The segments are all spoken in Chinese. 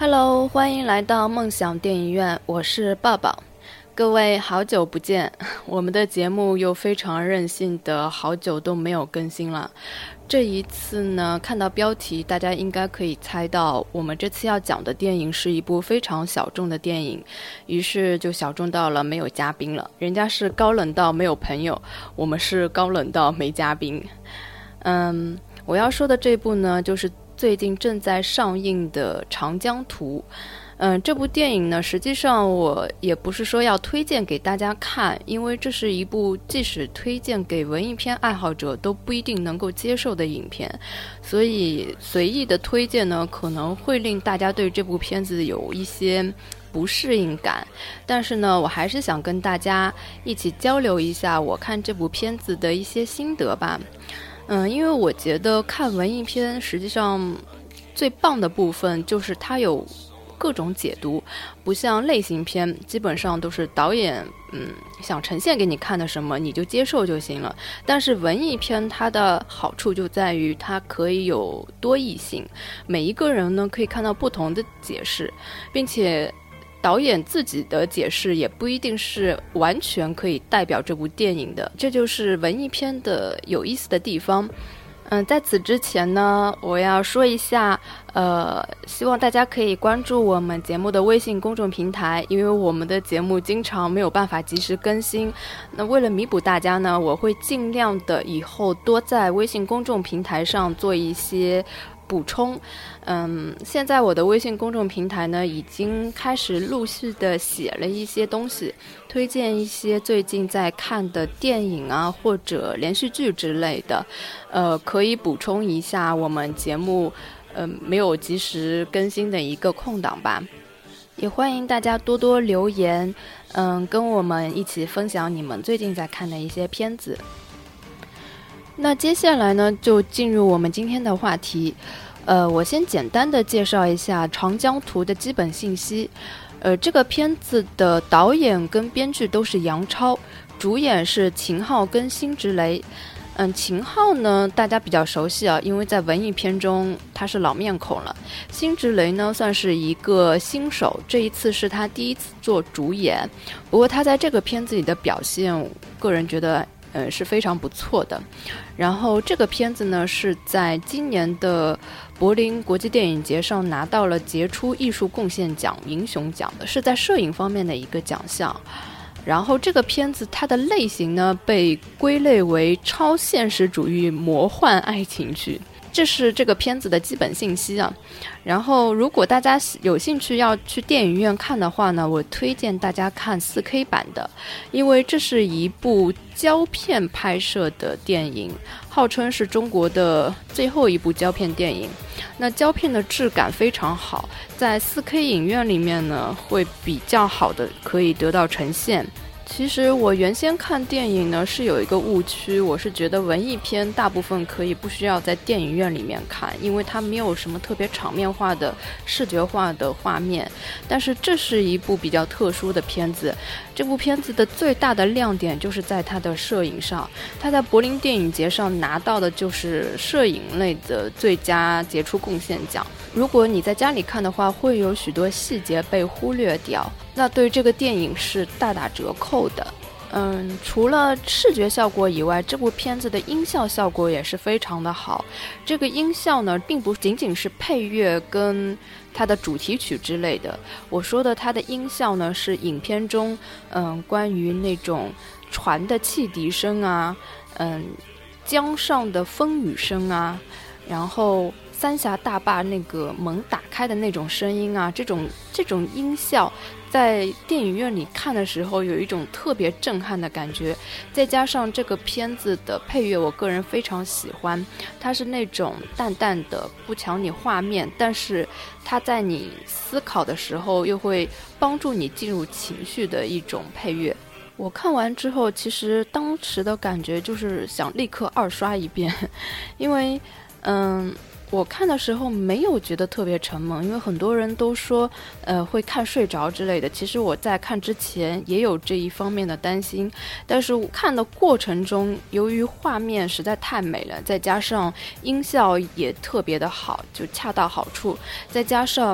Hello，欢迎来到梦想电影院，我是抱抱。各位好久不见，我们的节目又非常任性的好久都没有更新了。这一次呢，看到标题大家应该可以猜到，我们这次要讲的电影是一部非常小众的电影，于是就小众到了没有嘉宾了。人家是高冷到没有朋友，我们是高冷到没嘉宾。我要说的这部呢，就是最近正在上映的《长江图》。这部电影呢，实际上我也不是说要推荐给大家看，因为这是一部即使推荐给文艺片爱好者都不一定能够接受的影片，所以随意的推荐呢，可能会令大家对这部片子有一些不适应感。但是呢，我还是想跟大家一起交流一下我看这部片子的一些心得吧。因为我觉得看文艺片实际上最棒的部分就是它有各种解读，不像类型片基本上都是导演想呈现给你看的什么你就接受就行了。但是文艺片它的好处就在于它可以有多义性，每一个人呢可以看到不同的解释，并且导演自己的解释也不一定是完全可以代表这部电影的，这就是文艺片的有意思的地方。在此之前呢，我要说一下，希望大家可以关注我们节目的微信公众平台，因为我们的节目经常没有办法及时更新。那为了弥补大家呢，我会尽量的以后多在微信公众平台上做一些补充。现在我的微信公众平台呢，已经开始陆续的写了一些东西，推荐一些最近在看的电影啊，或者连续剧之类的，可以补充一下我们节目没有及时更新的一个空档吧。也欢迎大家多多留言，跟我们一起分享你们最近在看的一些片子。那接下来呢，就进入我们今天的话题。我先简单的介绍一下《长江图》的基本信息。这个片子的导演跟编剧都是杨超，主演是秦昊跟辛芷蕾。秦昊呢，大家比较熟悉啊，因为在文艺片中他是老面孔了。辛芷蕾呢，算是一个新手，这一次是他第一次做主演。不过他在这个片子里的表现，个人觉得是非常不错的。然后这个片子呢，是在今年的柏林国际电影节上拿到了杰出艺术贡献奖银熊奖的，是在摄影方面的一个奖项。然后这个片子它的类型呢，被归类为超现实主义魔幻爱情剧，这是这个片子的基本信息啊。然后如果大家有兴趣要去电影院看的话呢，我推荐大家看 4K 版的，因为这是一部胶片拍摄的电影，号称是中国的最后一部胶片电影。那胶片的质感非常好，在 4K 影院里面呢，会比较好的可以得到呈现。其实我原先看电影呢是有一个误区，我是觉得文艺片大部分可以不需要在电影院里面看，因为它没有什么特别场面化的视觉化的画面。但是这是一部比较特殊的片子，这部片子的最大的亮点就是在它的摄影上，它在柏林电影节上拿到的就是摄影类的最佳杰出贡献奖。如果你在家里看的话，会有许多细节被忽略掉，那对这个电影是大打折扣的。除了视觉效果以外，这部片子的音效效果也是非常的好。这个音效呢，并不仅仅是配乐跟它的主题曲之类的，我说的它的音效呢，是影片中关于那种船的汽笛声啊，江上的风雨声啊，然后三峡大坝那个门打开的那种声音啊，这种音效在电影院里看的时候有一种特别震撼的感觉。再加上这个片子的配乐我个人非常喜欢，它是那种淡淡的不抢你画面，但是它在你思考的时候又会帮助你进入情绪的一种配乐。我看完之后其实当时的感觉就是想立刻二刷一遍，因为我看的时候没有觉得特别沉闷，因为很多人都说会看睡着之类的，其实我在看之前也有这一方面的担心，但是我看的过程中由于画面实在太美了，再加上音效也特别的好，就恰到好处，再加上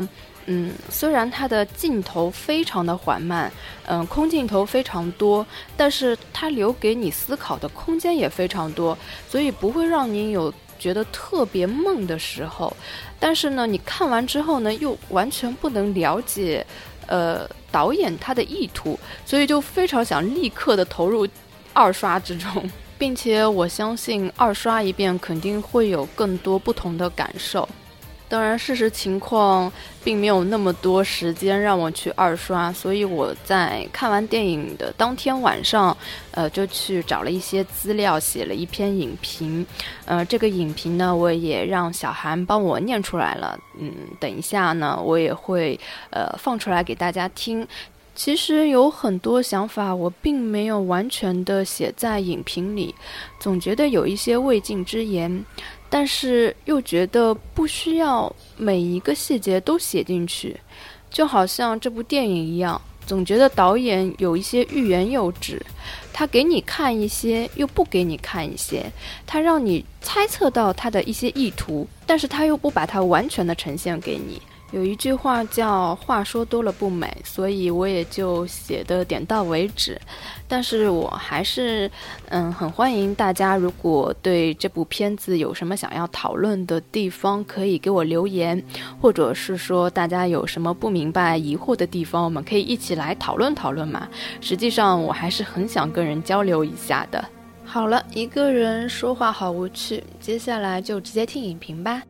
虽然它的镜头非常的缓慢，空镜头非常多，但是它留给你思考的空间也非常多，所以不会让你有觉得特别闷的时候。但是呢，你看完之后呢，又完全不能了解导演他的意图，所以就非常想立刻的投入二刷之中，并且我相信二刷一遍肯定会有更多不同的感受。当然事实情况并没有那么多时间让我去二刷，所以我在看完电影的当天晚上就去找了一些资料，写了一篇影评。这个影评呢，我也让小韩帮我念出来了。等一下呢，我也会放出来给大家听。其实有很多想法我并没有完全的写在影评里，总觉得有一些未尽之言，但是又觉得不需要每一个细节都写进去，就好像这部电影一样，总觉得导演有一些欲言又止，他给你看一些又不给你看一些，他让你猜测到他的一些意图，但是他又不把它完全的呈现给你。有一句话叫话说多了不美，所以我也就写的点到为止。但是我还是很欢迎大家，如果对这部片子有什么想要讨论的地方，可以给我留言，或者是说大家有什么不明白疑惑的地方，我们可以一起来讨论讨论嘛。实际上我还是很想跟人交流一下的。好了，一个人说话好无趣，接下来就直接听影评吧。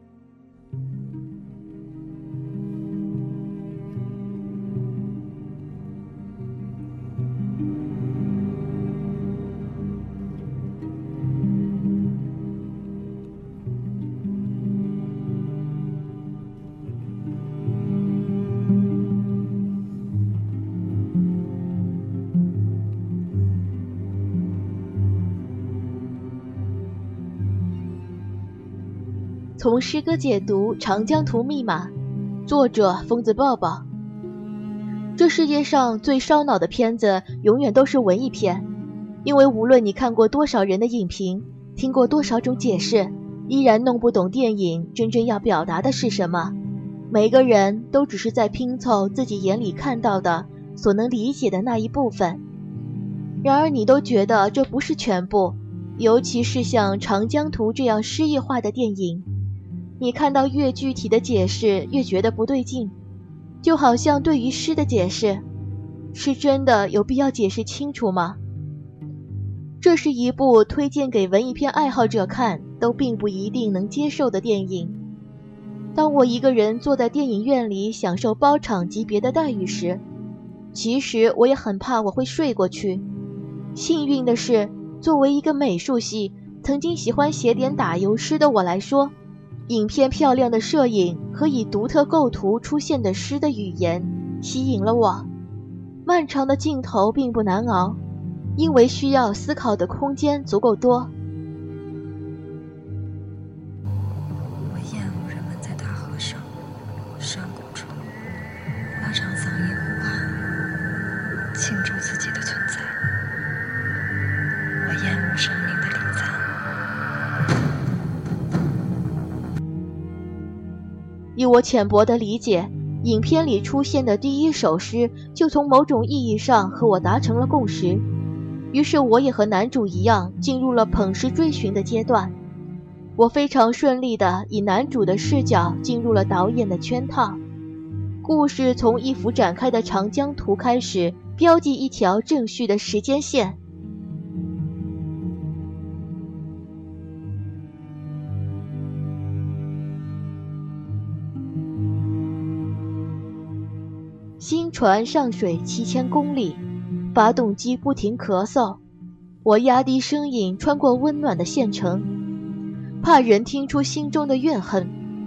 从诗歌解读《长江图密码》，作者疯子抱抱。这世界上最烧脑的片子永远都是文艺片，因为无论你看过多少人的影评，听过多少种解释，依然弄不懂电影真正要表达的是什么。每个人都只是在拼凑自己眼里看到的所能理解的那一部分，然而你都觉得这不是全部，尤其是像《长江图》这样诗意化的电影，你看到越具体的解释越觉得不对劲，就好像对于诗的解释，是真的有必要解释清楚吗？这是一部推荐给文艺片爱好者看都并不一定能接受的电影。当我一个人坐在电影院里享受包场级别的待遇时，其实我也很怕我会睡过去。幸运的是，作为一个美术系曾经喜欢写点打油诗的我来说，影片漂亮的摄影和以独特构图出现的诗的语言吸引了我。漫长的镜头并不难熬，因为需要思考的空间足够多。 我厌恶人们在大河上、山谷中拉长嗓音呼喊，庆祝自己的存在。我厌恶生命的礼赞。 以我浅薄的理解，影片里出现的第一首诗就从某种意义上和我达成了共识，于是我也和男主一样进入了捧诗追寻的阶段。我非常顺利地以男主的视角进入了导演的圈套，故事从一幅展开的长江图开始，标记一条正序的时间线。新船上水7000公里，发动机不停咳嗽，我压低声音穿过温暖的县城，怕人听出心中的怨恨。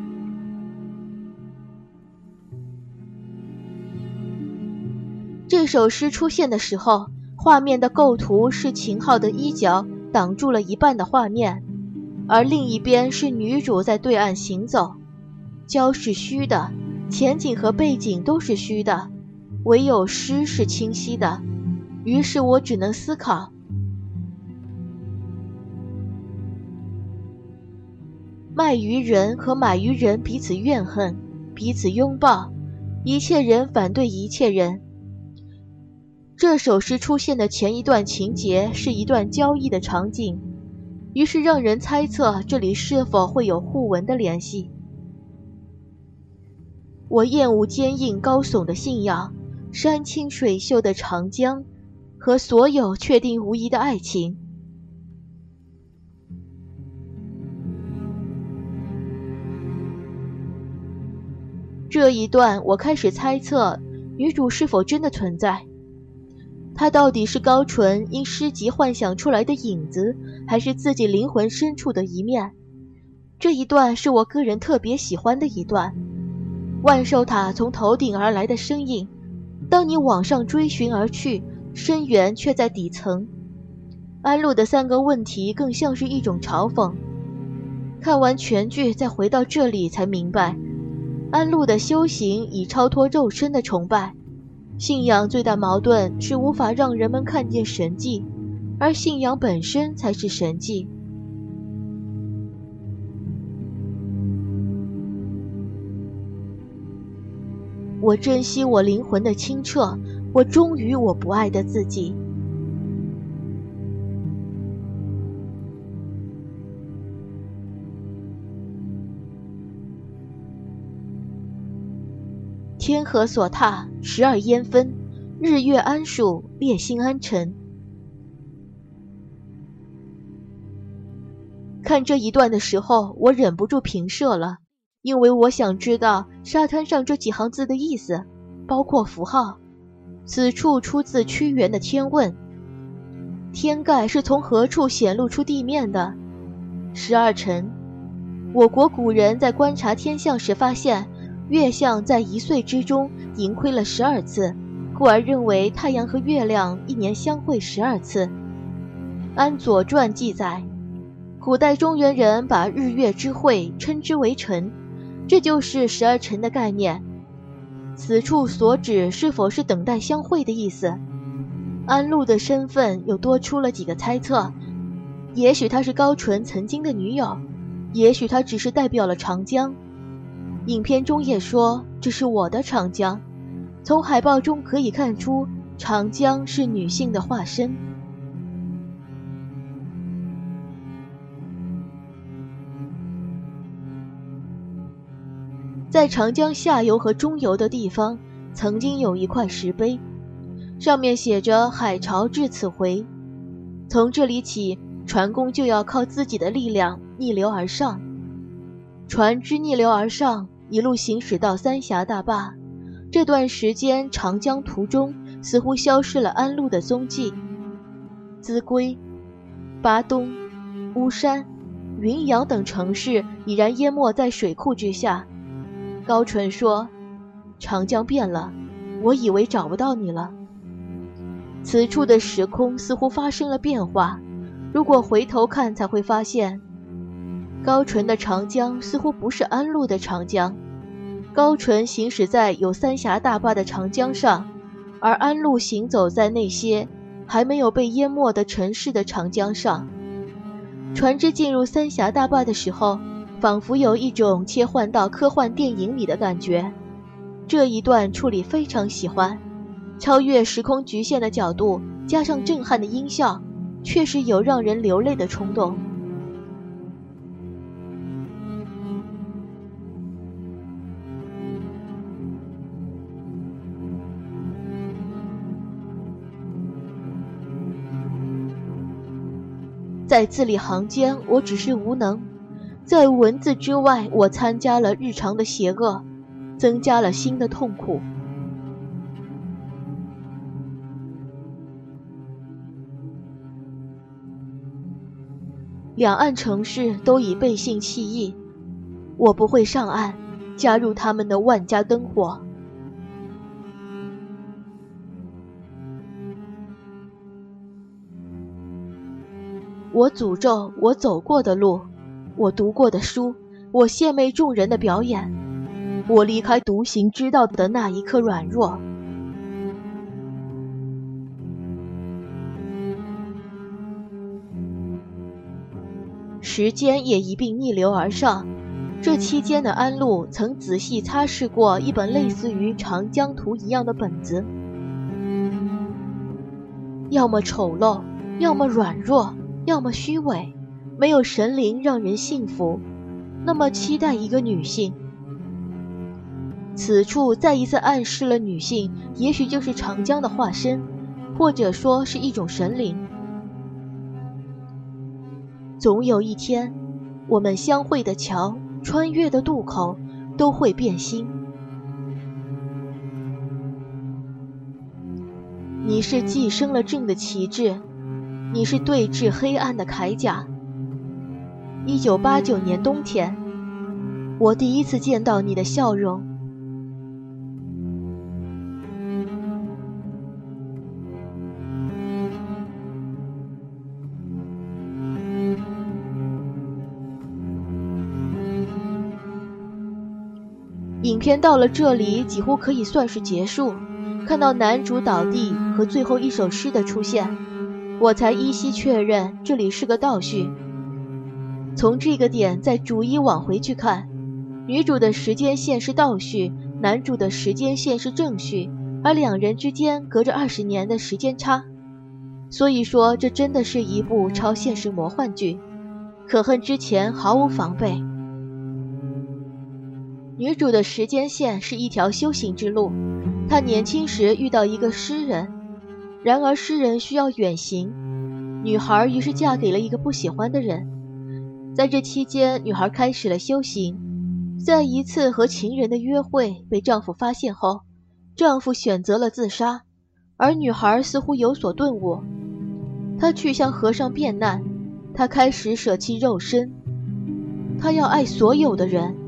这首诗出现的时候，画面的构图是秦昊的衣角挡住了一半的画面，而另一边是女主在对岸行走。胶是虚的，前景和背景都是虚的，唯有诗是清晰的，于是我只能思考。卖鱼人和买鱼人彼此怨恨，彼此拥抱， 一切人反对一切人。这首诗出现的前一段情节是一段交易的场景，于是让人猜测这里是否会有互文的联系。我厌恶坚硬高耸的信仰，山清水秀的长江，和所有确定无疑的爱情。这一段我开始猜测女主是否真的存在，她到底是高纯因诗集幻想出来的影子，还是自己灵魂深处的一面。这一段是我个人特别喜欢的一段，万寿塔从头顶而来的声音，当你往上追寻而去，深渊却在底层。安陆的3个问题更像是一种嘲讽。看完全剧再回到这里才明白，安陆的修行已超脱肉身的崇拜，信仰最大矛盾是无法让人们看见神迹，而信仰本身才是神迹。我珍惜我灵魂的清澈，我忠于我不爱的自己。天河所踏，12烟分，日月安属，烈心安沉。看这一段的时候，我忍不住平射了，因为我想知道沙滩上这几行字的意思，包括符号。此处出自屈原的《天问》，天盖是从何处显露出地面的？12辰。我国古人在观察天象时发现，月相在1岁之中盈亏了12次，故而认为太阳和月亮一年相会12次。按《左传》记载，古代中原人把日月之会称之为辰，这就是12辰的概念。此处所指是否是等待相会的意思？安陆的身份又多出了几个猜测，也许她是高纯曾经的女友，也许她只是代表了长江。影片中也说这是我的长江，从海报中可以看出长江是女性的化身。在长江下游和中游的地方，曾经有一块石碑，上面写着海潮至此回。从这里起，船工就要靠自己的力量逆流而上。船只逆流而上，一路行驶到三峡大坝。这段时间，长江途中似乎消失了安陆的踪迹。秭归、巴东、巫山、云阳等城市已然淹没在水库之下。高纯说，长江变了，我以为找不到你了。此处的时空似乎发生了变化，如果回头看才会发现，高纯的长江似乎不是安陆的长江。高纯行驶在有三峡大坝的长江上，而安陆行走在那些还没有被淹没的城市的长江上。船只进入三峡大坝的时候，仿佛有一种切换到科幻电影里的感觉。这一段处理非常喜欢，超越时空局限的角度，加上震撼的音效，确实有让人流泪的冲动。在字里行间，我只是无能；在文字之外，我参加了日常的邪恶，增加了新的痛苦。两岸城市都已背信弃义，我不会上岸，加入他们的万家灯火。我诅咒我走过的路，我读过的书，我献媚众人的表演，我离开独行之道的那一刻软弱。时间也一并逆流而上， 这期间的安禄曾仔细擦拭过一本类似于《长江图》一样的本子，要么丑陋，要么软弱，要么虚伪，没有神灵让人信服，那么期待一个女性。此处再一次暗示了女性也许就是长江的化身，或者说是一种神灵。总有一天，我们相会的桥，穿越的渡口，都会变心。你是寄生了正的旗帜，你是对峙黑暗的铠甲。1989年冬天，我第一次见到你的笑容。影片到了这里几乎可以算是结束，看到男主倒地和最后一首诗的出现，我才依稀确认这里是个倒叙。从这个点再逐一往回去看，女主的时间线是倒叙，男主的时间线是正叙，而两人之间隔着20年的时间差。所以说这真的是一部超现实魔幻剧，可恨之前毫无防备。女主的时间线是一条修行之路，她年轻时遇到一个诗人，然而诗人需要远行，女孩于是嫁给了一个不喜欢的人。在这期间，女孩开始了修行，在一次和情人的约会被丈夫发现后，丈夫选择了自杀，而女孩似乎有所顿悟，她去向和尚辩难，她开始舍弃肉身，她要爱所有的人。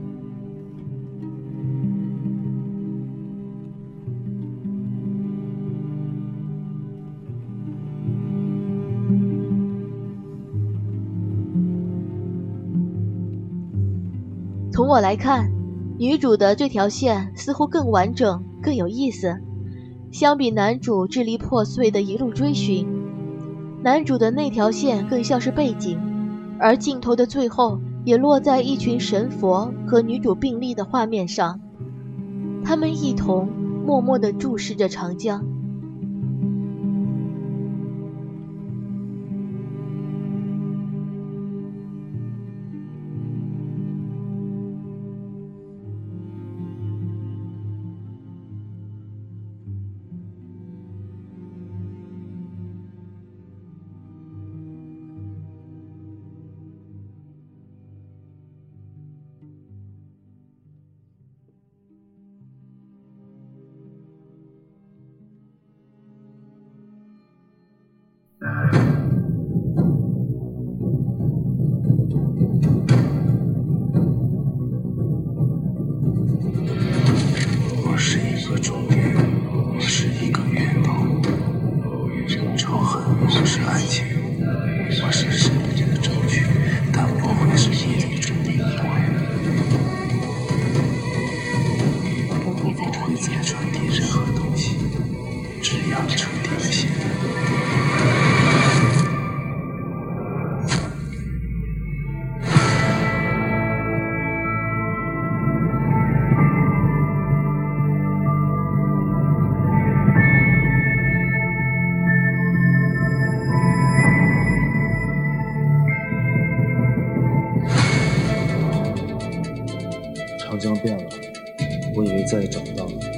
从我来看，女主的这条线似乎更完整，更有意思。相比男主支离破碎的一路追寻，男主的那条线更像是背景，而镜头的最后也落在一群神佛和女主并立的画面上，他们一同默默地注视着长江。 我是一个终点，我是一个源头。仇恨不是爱情，我是生命的证据，但不会是夜里中的意外。 不会再传递任何东西，只要传递了线。 长江变了，我以为再也找不到了。